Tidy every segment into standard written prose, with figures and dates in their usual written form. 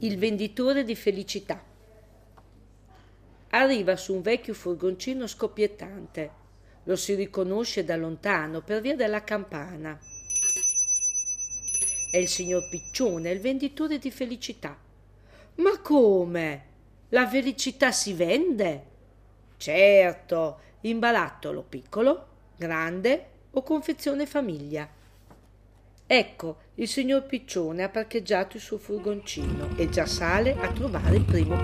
Il venditore di felicità. Arriva su un vecchio furgoncino scoppiettante. Lo si riconosce da lontano per via della campana. È il signor Piccione, il venditore di felicità. Ma come? La felicità si vende? Certo, in barattolo piccolo, grande o confezione famiglia. Ecco, il signor Piccione ha parcheggiato il suo furgoncino e già sale a trovare il primo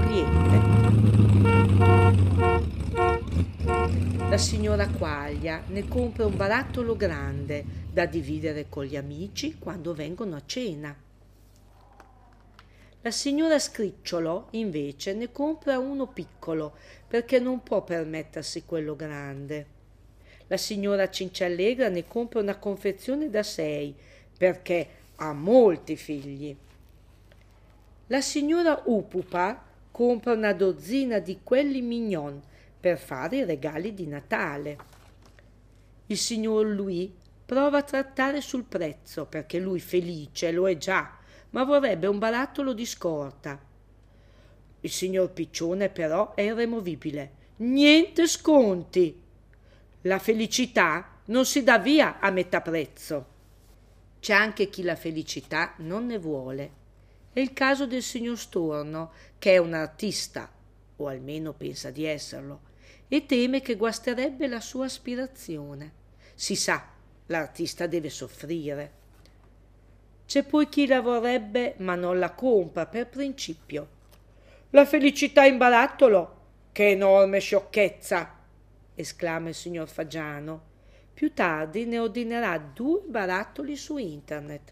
cliente. La signora Quaglia ne compra un barattolo grande da dividere con gli amici quando vengono a cena. La signora Scricciolo, invece, ne compra uno piccolo perché non può permettersi quello grande. La signora Cinciallegra ne compra una confezione da 6 perché ha molti figli. La signora Upupa compra una dozzina di quelli mignon per fare i regali di Natale. Il signor Louis prova a trattare sul prezzo perché lui felice lo è già, ma vorrebbe un barattolo di scorta. Il signor Piccione però è irremovibile. Niente sconti. La felicità non si dà via a metà prezzo. C'è anche chi la felicità non ne vuole. È il caso del signor Storno, che è un artista, o almeno pensa di esserlo, e teme che guasterebbe la sua aspirazione. Si sa, l'artista deve soffrire. C'è poi chi la vorrebbe ma non la compra per principio. La felicità in barattolo? Che enorme sciocchezza! Esclama il signor Fagiano. Più tardi ne ordinerà 2 barattoli su internet.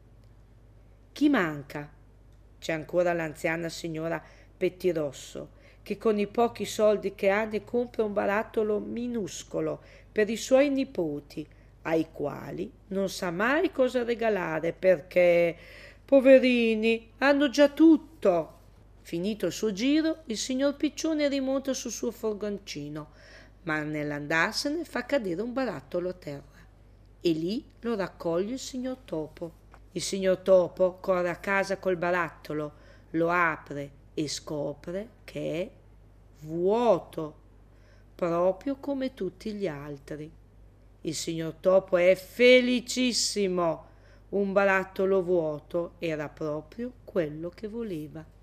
Chi manca? C'è ancora l'anziana signora Pettirosso, che con i pochi soldi che ha ne compra un barattolo minuscolo per i suoi nipoti, ai quali non sa mai cosa regalare perché, poverini, hanno già tutto. Finito il suo giro, il signor Piccione rimonta sul suo furgoncino, ma nell'andarsene fa cadere un barattolo a terra e lì lo raccoglie il signor Topo. Il signor Topo corre a casa col barattolo, lo apre e scopre che è vuoto, proprio come tutti gli altri. Il signor Topo è felicissimo. Un barattolo vuoto era proprio quello che voleva.